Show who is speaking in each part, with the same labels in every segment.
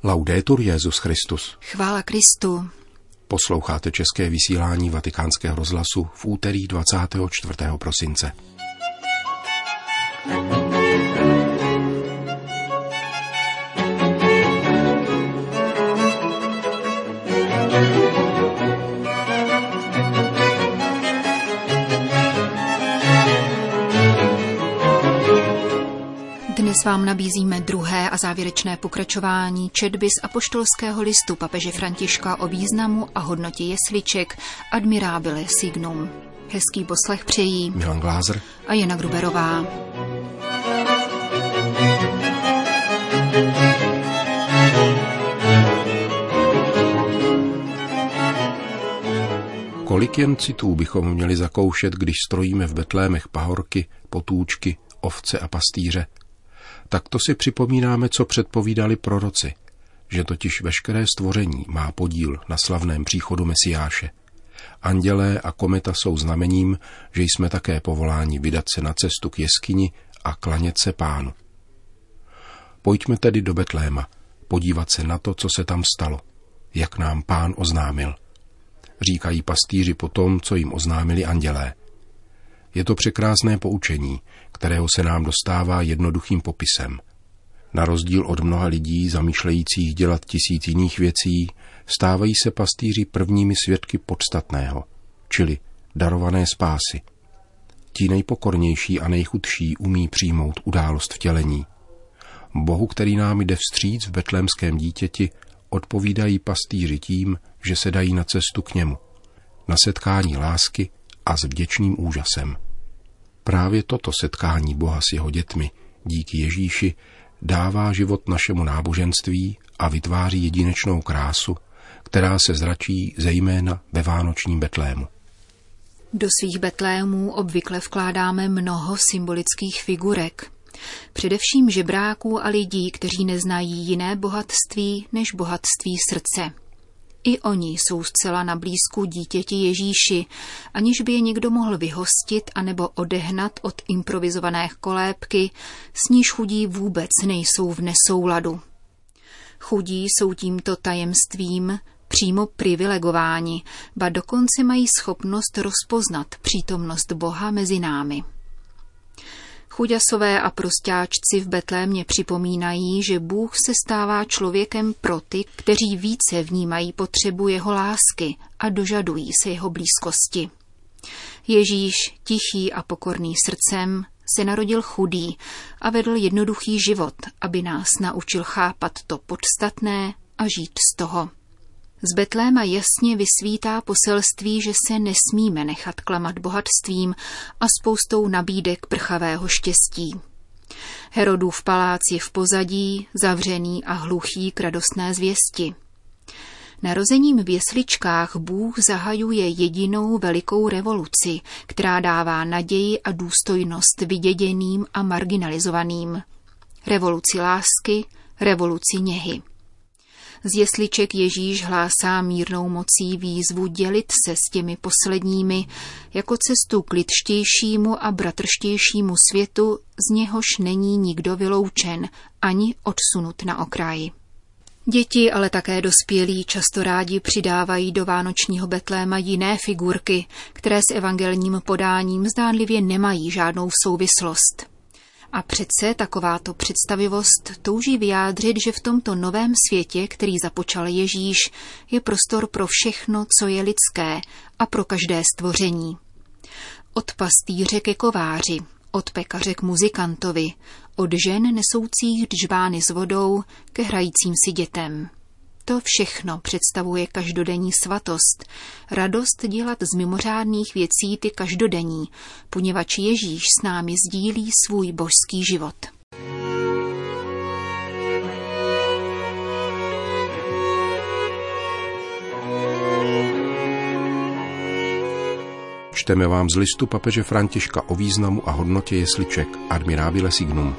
Speaker 1: Laudetur Jesus Christus.
Speaker 2: Chvála Kristu.
Speaker 1: Posloucháte české vysílání Vatikánského rozhlasu v úterý 24. prosince.
Speaker 2: Dnes vám nabízíme druhé a závěrečné pokračování četby z apoštolského listu papeže Františka o významu a hodnotě jesliček Admirabile Signum. Hezký poslech přejí
Speaker 1: Milan Glázer
Speaker 2: a Jana Gruberová.
Speaker 1: Kolik jen citů bychom měli zakoušet, když strojíme v Betlémech pahorky, potůčky, ovce a pastýře? Tak to si připomínáme, co předpovídali proroci, že totiž veškeré stvoření má podíl na slavném příchodu Mesiáše. Andělé a kometa jsou znamením, že jsme také povoláni vydat se na cestu k jeskyni a klanět se Pánu. Pojďme tedy do Betléma, podívat se na to, co se tam stalo, jak nám Pán oznámil. Říkají pastýři po tom, co jim oznámili andělé. Je to překrásné poučení, kterého se nám dostává jednoduchým popisem. Na rozdíl od mnoha lidí zamýšlejících dělat 1000 jiných věcí, stávají se pastýři prvními svědky podstatného, čili darované spásy. Ti nejpokornější a nejchudší umí přijmout událost vtělení. Bohu, který nám jde vstříc v betlémském dítěti, odpovídají pastýři tím, že se dají na cestu k němu, na setkání lásky a s vděčným úžasem. Právě toto setkání Boha s jeho dětmi díky Ježíši dává život našemu náboženství a vytváří jedinečnou krásu, která se zračí zejména ve vánočním Betlému.
Speaker 2: Do svých Betlémů obvykle vkládáme mnoho symbolických figurek. Především žebráků a lidí, kteří neznají jiné bohatství než bohatství srdce. I oni jsou zcela na blízku dítěti Ježíši, aniž by je někdo mohl vyhostit anebo odehnat od improvizované kolébky, s níž chudí vůbec nejsou v nesouladu. Chudí jsou tímto tajemstvím přímo privilegováni, ba dokonce mají schopnost rozpoznat přítomnost Boha mezi námi. Chuďasové a prostáčci v Betlémě připomínají, že Bůh se stává člověkem pro ty, kteří více vnímají potřebu jeho lásky a dožadují se jeho blízkosti. Ježíš, tichý a pokorný srdcem, se narodil chudý a vedl jednoduchý život, aby nás naučil chápat to podstatné a žít z toho. Z Betléma jasně vysvítá poselství, že se nesmíme nechat klamat bohatstvím a spoustou nabídek prchavého štěstí. Herodův palác je v pozadí, zavřený a hluchý k radostné zvěsti. Narozením v jesličkách Bůh zahajuje jedinou velikou revoluci, která dává naději a důstojnost vyděděným a marginalizovaným. Revoluci lásky, revoluci něhy. Z jesliček Ježíš hlásá mírnou mocí výzvu dělit se s těmi posledními jako cestu k lidštějšímu a bratrštějšímu světu, z něhož není nikdo vyloučen ani odsunut na okraji. Děti, ale také dospělí často rádi přidávají do vánočního Betléma jiné figurky, které s evangelním podáním zdánlivě nemají žádnou souvislost. A přece takováto představivost touží vyjádřit, že v tomto novém světě, který započal Ježíš, je prostor pro všechno, co je lidské a pro každé stvoření. Od pastýře ke kováři, od pekaře k muzikantovi, od žen nesoucích džbány s vodou ke hrajícím si dětem. To všechno představuje každodenní svatost, radost dělat z mimořádných věcí ty každodenní, poněvadž Ježíš s námi sdílí svůj božský život.
Speaker 1: Čteme vám z listu papeže Františka o významu a hodnotě jesliček Admirabile Signum.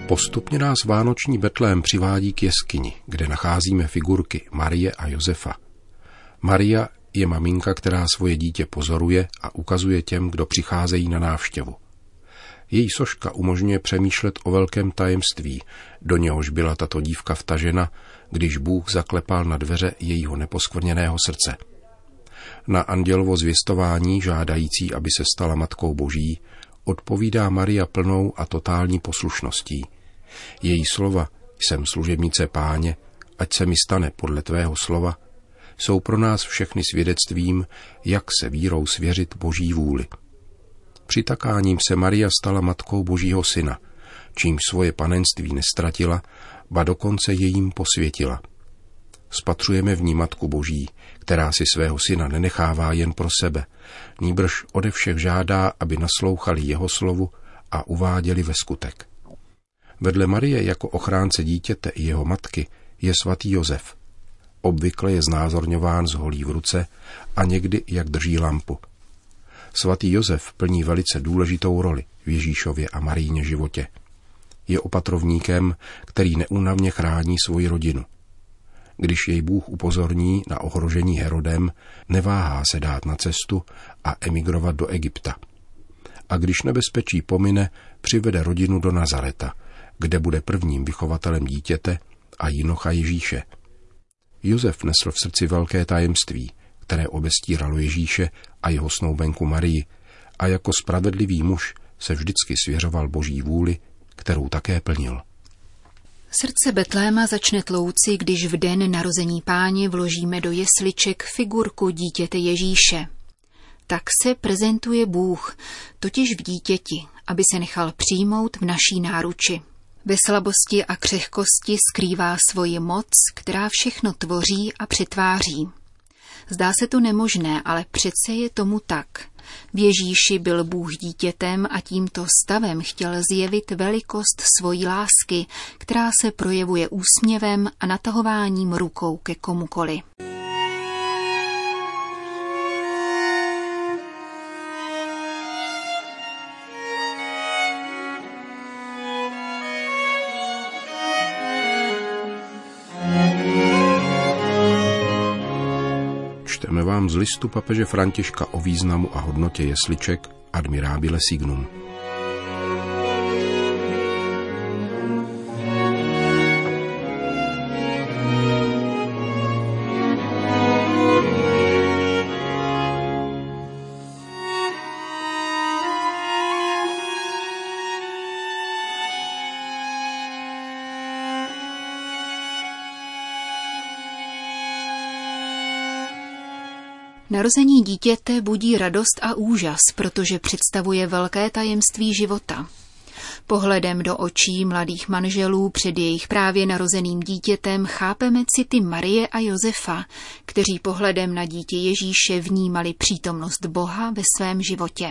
Speaker 1: Postupně nás vánoční Betlém přivádí k jeskyni, kde nacházíme figurky Marie a Josefa. Maria je maminka, která svoje dítě pozoruje a ukazuje těm, kdo přicházejí na návštěvu. Její soška umožňuje přemýšlet o velkém tajemství, do něhož byla tato dívka vtažena, když Bůh zaklepal na dveře jejího neposkvrněného srdce. Na andělovo zvěstování, žádající, aby se stala matkou Boží, odpovídá Maria plnou a totální poslušností. Její slova, jsem služebnice Páně, ať se mi stane podle tvého slova, jsou pro nás všechny svědectvím, jak se vírou svěřit Boží vůli. Přitakáním se Maria stala matkou Božího syna, čím svoje panenství nestratila, ba dokonce je jim posvětila. Spatřujeme v ní Matku Boží, která si svého syna nenechává jen pro sebe, nýbrž ode všech žádá, aby naslouchali jeho slovu a uváděli ve skutek. Vedle Marie jako ochránce dítěte i jeho matky je svatý Josef. Obvykle je znázorňován s holí v ruce a někdy jak drží lampu. Svatý Josef plní velice důležitou roli v Ježíšově a Maríně životě. Je opatrovníkem, který neúnavně chrání svoji rodinu. Když jej Bůh upozorní na ohrožení Herodem, neváhá se dát na cestu a emigrovat do Egypta. A když nebezpečí pomine, přivede rodinu do Nazareta, kde bude prvním vychovatelem dítěte a jinocha Ježíše. Josef nesl v srdci velké tajemství, které obestíralo Ježíše a jeho snoubenku Marii, a jako spravedlivý muž se vždycky svěřoval Boží vůli, kterou také plnil.
Speaker 2: Srdce Betléma začne tlouci, když v den narození Páně vložíme do jesliček figurku dítěte Ježíše. Tak se prezentuje Bůh, totiž v dítěti, aby se nechal přijmout v naší náruči. Ve slabosti a křehkosti skrývá svoji moc, která všechno tvoří a přetváří. Zdá se to nemožné, ale přece je tomu tak. V Ježíši byl Bůh dítětem a tímto stavem chtěl zjevit velikost svojí lásky, která se projevuje úsměvem a natahováním rukou ke komukoli.
Speaker 1: Čteme vám z listu papeže Františka o významu a hodnotě jesliček Admirabile Signum.
Speaker 2: Narození dítěte budí radost a úžas, protože představuje velké tajemství života. Pohledem do očí mladých manželů před jejich právě narozeným dítětem chápeme city Marie a Josefa, kteří pohledem na dítě Ježíše vnímali přítomnost Boha ve svém životě.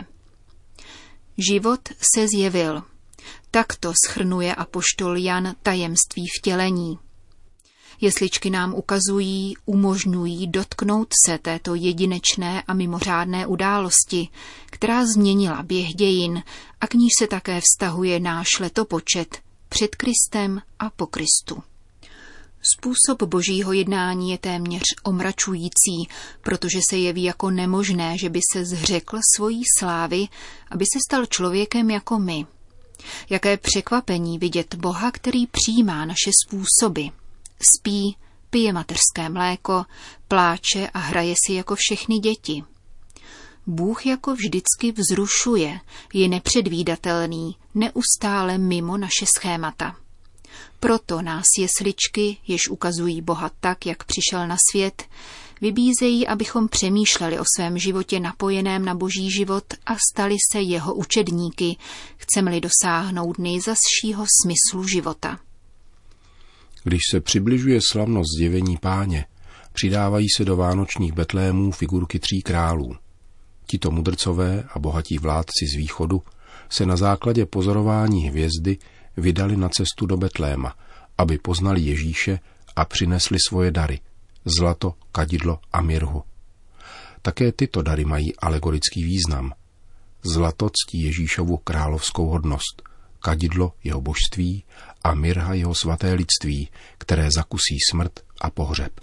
Speaker 2: Život se zjevil. Takto shrnuje apoštol Jan tajemství vtělení. Jesličky nám umožňují dotknout se této jedinečné a mimořádné události, která změnila běh dějin a k níž se také vztahuje náš letopočet před Kristem a po Kristu. Způsob Božího jednání je téměř omračující, protože se jeví jako nemožné, že by se zřekl svojí slávy, aby se stal člověkem jako my. Jaké překvapení vidět Boha, který přijímá naše způsoby. Spí, pije mateřské mléko, pláče a hraje si jako všechny děti. Bůh jako vždycky vzrušuje, je nepředvídatelný, neustále mimo naše schémata. Proto nás jesličky, jež ukazují Boha tak, jak přišel na svět, vybízejí, abychom přemýšleli o svém životě napojeném na Boží život a stali se jeho učedníky, chceme-li dosáhnout nejzazšího smyslu života.
Speaker 1: Když se přibližuje slavnost zjevení Páně, přidávají se do vánočních betlémů figurky 3 králů. Tito mudrcové a bohatí vládci z východu se na základě pozorování hvězdy vydali na cestu do Betléma, aby poznali Ježíše a přinesli svoje dary, zlato, kadidlo a mirhu. Také tyto dary mají alegorický význam. Zlato ctí Ježíšovu královskou hodnost, kadidlo jeho božství a mirha jeho svaté lidství, které zakusí smrt a pohřeb.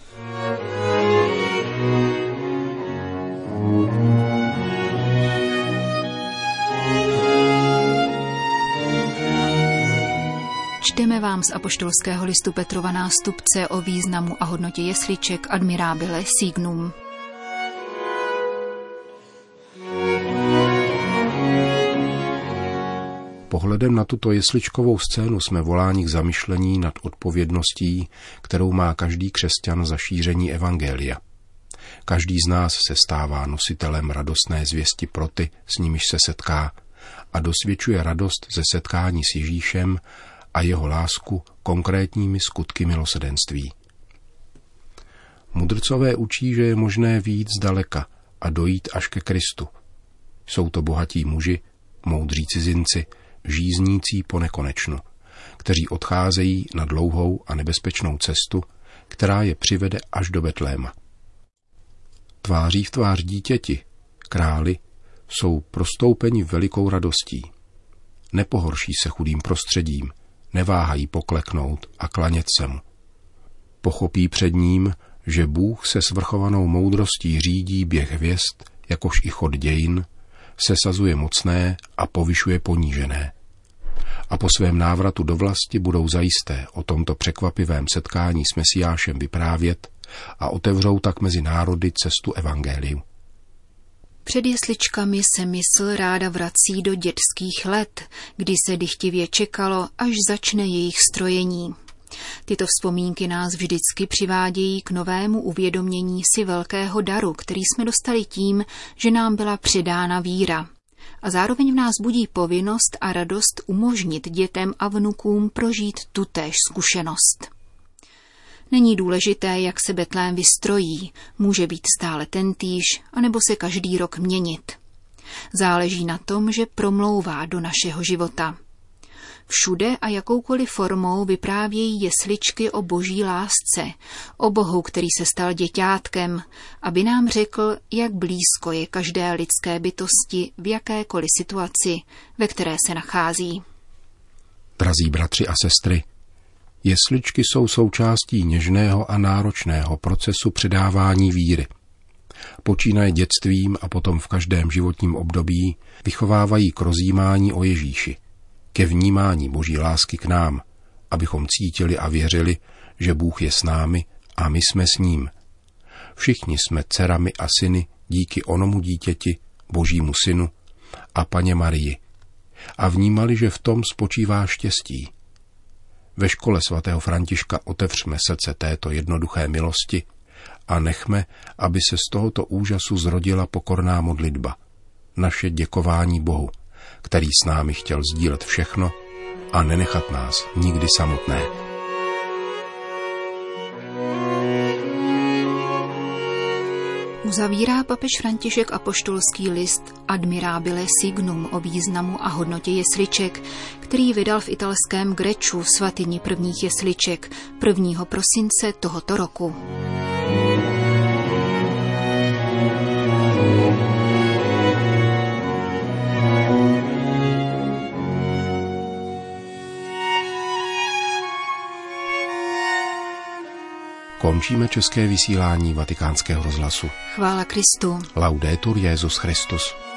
Speaker 2: Čteme vám z apoštolského listu Petrova nástupce o významu a hodnotě jesliček Admirabile Signum.
Speaker 1: Pohledem na tuto jesličkovou scénu jsme voláni k zamyšlení nad odpovědností, kterou má každý křesťan za šíření evangelia. Každý z nás se stává nositelem radostné zvěsti pro ty, s nimiž se setká, a dosvědčuje radost ze setkání s Ježíšem a jeho lásku konkrétními skutky milosrdenství. Mudrcové učí, že je možné vyjít zdaleka a dojít až ke Kristu. Jsou to bohatí muži, moudří cizinci, žíznící po nekonečnu, kteří odcházejí na dlouhou a nebezpečnou cestu, která je přivede až do Betléma. Tváří v tvář dítěti, králi, jsou prostoupeni velikou radostí. Nepohorší se chudým prostředím, neváhají pokleknout a klanět se mu. Pochopí před ním, že Bůh se svrchovanou moudrostí řídí běh hvězd, jakož i chod dějin, sesazuje mocné a povyšuje ponížené. A po svém návratu do vlasti budou zajisté o tomto překvapivém setkání s Mesiášem vyprávět a otevřou tak mezi národy cestu evangeliu.
Speaker 2: Před jesličkami se mysl ráda vrací do dětských let, kdy se dychtivě čekalo, až začne jejich strojení. Tyto vzpomínky nás vždycky přivádějí k novému uvědomění si velkého daru, který jsme dostali tím, že nám byla předána víra. A zároveň v nás budí povinnost a radost umožnit dětem a vnukům prožít tutéž zkušenost. Není důležité, jak se Betlém vystrojí, může být stále tentýž, anebo se každý rok měnit. Záleží na tom, že promlouvá do našeho života. Všude a jakoukoliv formou vyprávějí jesličky o boží lásce, o Bohu, který se stal děťátkem, aby nám řekl, jak blízko je každé lidské bytosti v jakékoliv situaci, ve které se nachází.
Speaker 1: Drazí bratři a sestry, jesličky jsou součástí něžného a náročného procesu předávání víry. Počínaje dětstvím a potom v každém životním období vychovávají k rozjímání o Ježíši, ke vnímání boží lásky k nám, abychom cítili a věřili, že Bůh je s námi a my jsme s ním. Všichni jsme dcerami a syny díky onomu dítěti, božímu synu a Panně Marii a vnímali, že v tom spočívá štěstí. Ve škole svatého Františka otevřme srdce této jednoduché milosti a nechme, aby se z tohoto úžasu zrodila pokorná modlitba, naše děkování Bohu, který s námi chtěl sdílet všechno a nenechat nás nikdy samotné.
Speaker 2: Uzavírá papež František apoštolský list Admirabile Signum o významu a hodnotě jesliček, který vydal v italském Greču svatyni prvních jesliček 1. prosince tohoto roku.
Speaker 1: Končíme české vysílání Vatikánského rozhlasu.
Speaker 2: Chvála Kristu.
Speaker 1: Laudetur Jesus Christus.